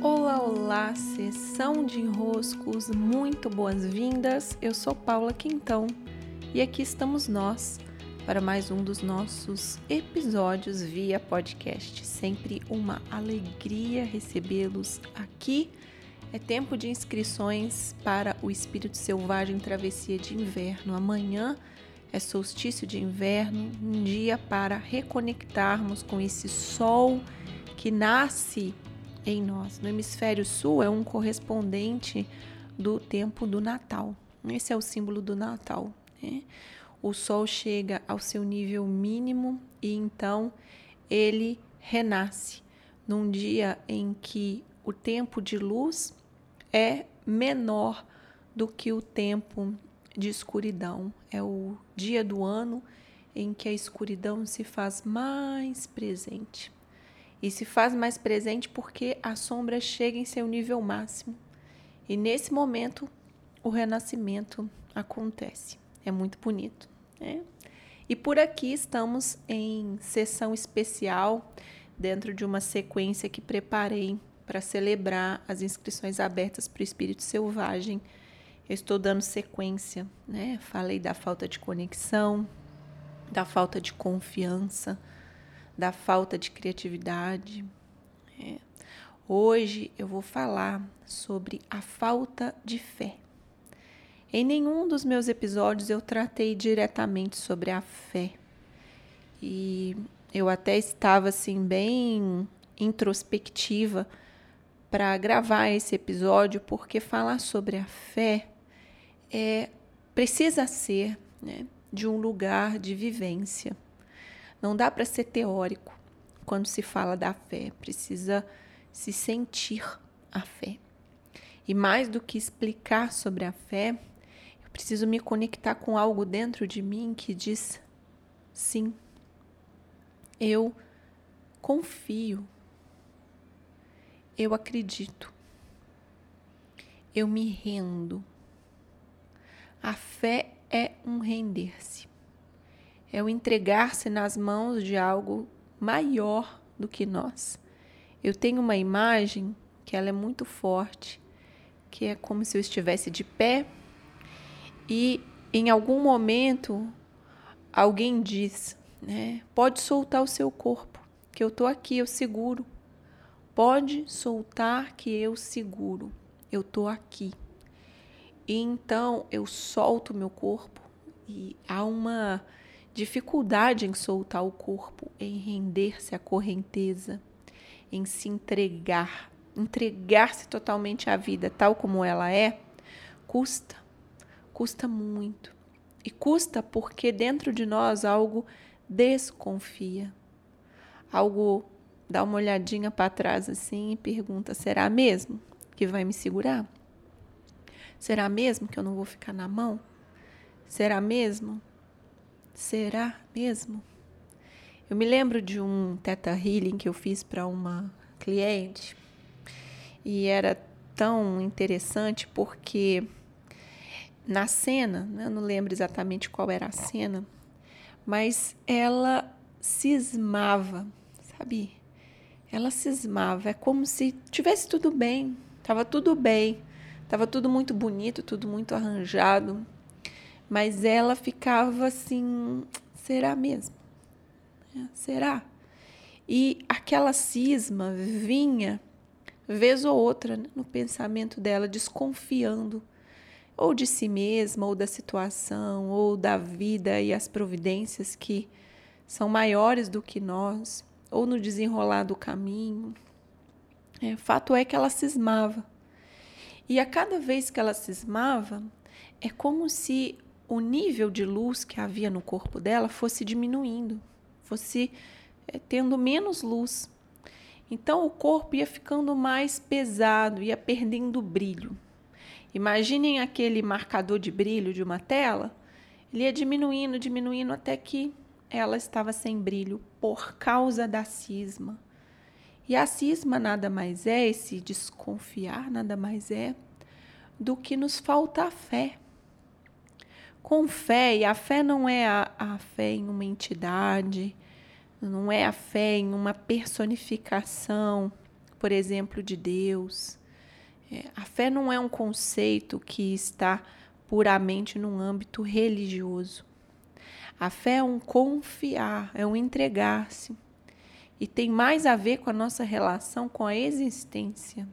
Olá, olá, sessão de enroscos, muito boas-vindas. Eu sou Paula Quintão e aqui estamos nós para mais um dos nossos episódios via podcast. Sempre uma alegria recebê-los aqui. É tempo de inscrições para o Espírito Selvagem Travessia de Inverno. Amanhã é solstício de inverno, um dia para reconectarmos com esse sol que nasce em nós. No hemisfério sul é um correspondente do tempo do Natal. Esse é o símbolo do Natal, né? O sol chega ao seu nível mínimo e então ele renasce num dia em que o tempo de luz é menor do que o tempo de escuridão. É o dia do ano em que a escuridão se faz mais presente. E se faz mais presente porque a sombra chega em seu nível máximo. E nesse momento, o renascimento acontece. É muito bonito, né? E por aqui estamos em sessão especial, dentro de uma sequência que preparei para celebrar as inscrições abertas para o Espírito Selvagem. Eu estou dando sequência, né? Falei da falta de conexão, da falta de confiança, da falta de criatividade. Hoje eu vou falar sobre a falta de fé. Em nenhum dos meus episódios eu tratei diretamente sobre a fé. E eu até estava assim bem introspectiva para gravar esse episódio, porque falar sobre a fé precisa ser, né, de um lugar de vivência. Não dá para ser teórico quando se fala da fé, precisa se sentir a fé. E mais do que explicar sobre a fé, eu preciso me conectar com algo dentro de mim que diz: sim, eu confio, eu acredito, eu me rendo. A fé é um render-se. É o entregar-se nas mãos de algo maior do que nós. Eu tenho uma imagem que ela é muito forte, que é como se eu estivesse de pé e em algum momento alguém diz, né? Pode soltar o seu corpo, que eu estou aqui, eu seguro. Pode soltar que eu seguro, eu estou aqui. E então eu solto o meu corpo e há uma dificuldade em soltar o corpo, em render-se à correnteza, em se entregar-se totalmente à vida tal como ela é, custa muito. E custa porque dentro de nós algo desconfia. Algo dá uma olhadinha para trás assim e pergunta: será mesmo que vai me segurar? Será mesmo que eu não vou ficar na mão? Será mesmo? Será mesmo? Eu me lembro de um Theta Healing que eu fiz para uma cliente e era tão interessante porque na cena, né, eu não lembro exatamente qual era a cena, mas ela cismava, sabe? Ela cismava, é como se tivesse tudo bem, estava tudo bem, estava tudo muito bonito, tudo muito arranjado, mas ela ficava assim: será mesmo? Será? E aquela cisma vinha, vez ou outra, né, no pensamento dela, desconfiando ou de si mesma, ou da situação, ou da vida e as providências que são maiores do que nós, ou no desenrolar do caminho. Fato é que ela cismava. E a cada vez que ela cismava, é como se o nível de luz que havia no corpo dela fosse diminuindo, fosse tendo menos luz. Então o corpo ia ficando mais pesado, ia perdendo brilho. Imaginem aquele marcador de brilho de uma tela, ele ia diminuindo até que ela estava sem brilho por causa da cisma. E a cisma nada mais é, esse desconfiar nada mais é do que nos falta fé. Com fé, e a fé não é a fé em uma entidade, não é a fé em uma personificação por exemplo, de Deus. A fé não é um conceito que está puramente num âmbito religioso. A fé é um confiar, é um entregar-se. E tem mais a ver com a nossa relação com a existência.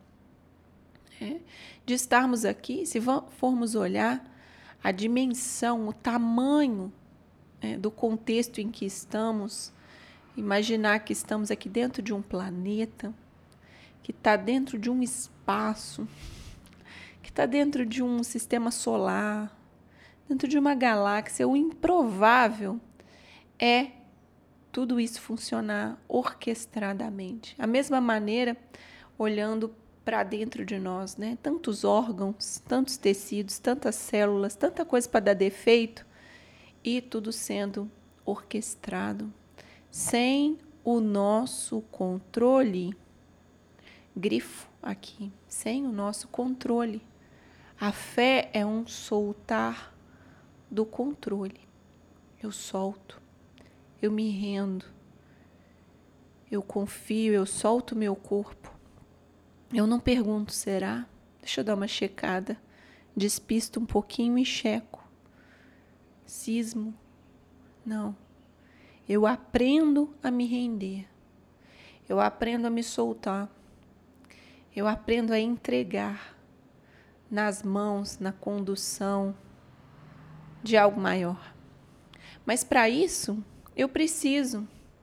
De estarmos aqui, se formos olhar a dimensão, o tamanho do contexto em que estamos, imaginar que estamos aqui dentro de um planeta, que está dentro de um espaço, que está dentro de um sistema solar, dentro de uma galáxia, o improvável é tudo isso funcionar orquestradamente. A mesma maneira, olhando para dentro de nós, né? Tantos órgãos, tantos tecidos, tantas células, tanta coisa para dar defeito e tudo sendo orquestrado sem o nosso controle. Grifo aqui, sem o nosso controle. A fé é um soltar do controle. Eu solto, eu me rendo, eu confio, eu solto meu corpo. Eu não pergunto, será? Deixa eu dar uma checada. Despisto um pouquinho e checo. Cismo. Não. Eu aprendo a me render. Eu aprendo a me soltar. Eu aprendo a entregar nas mãos, na condução de algo maior. Mas para isso, eu preciso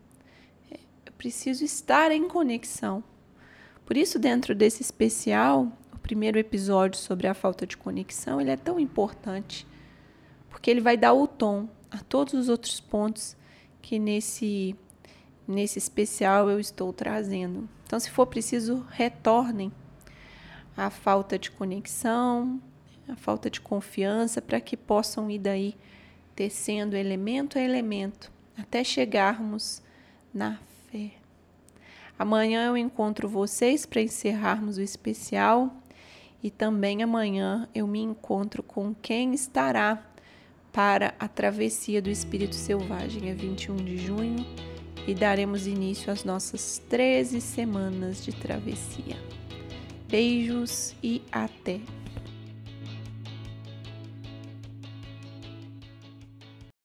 estar em conexão. Por isso, dentro desse especial, o primeiro episódio sobre a falta de conexão, ele é tão importante, porque ele vai dar o tom a todos os outros pontos que nesse especial eu estou trazendo. Então, se for preciso, retornem à falta de conexão, à falta de confiança, para que possam ir daí tecendo elemento a elemento, até chegarmos na fé. Amanhã eu encontro vocês para encerrarmos o especial e também amanhã eu me encontro com quem estará para a travessia do Espírito Selvagem, é 21 de junho, e daremos início às nossas 13 semanas de travessia. Beijos e até!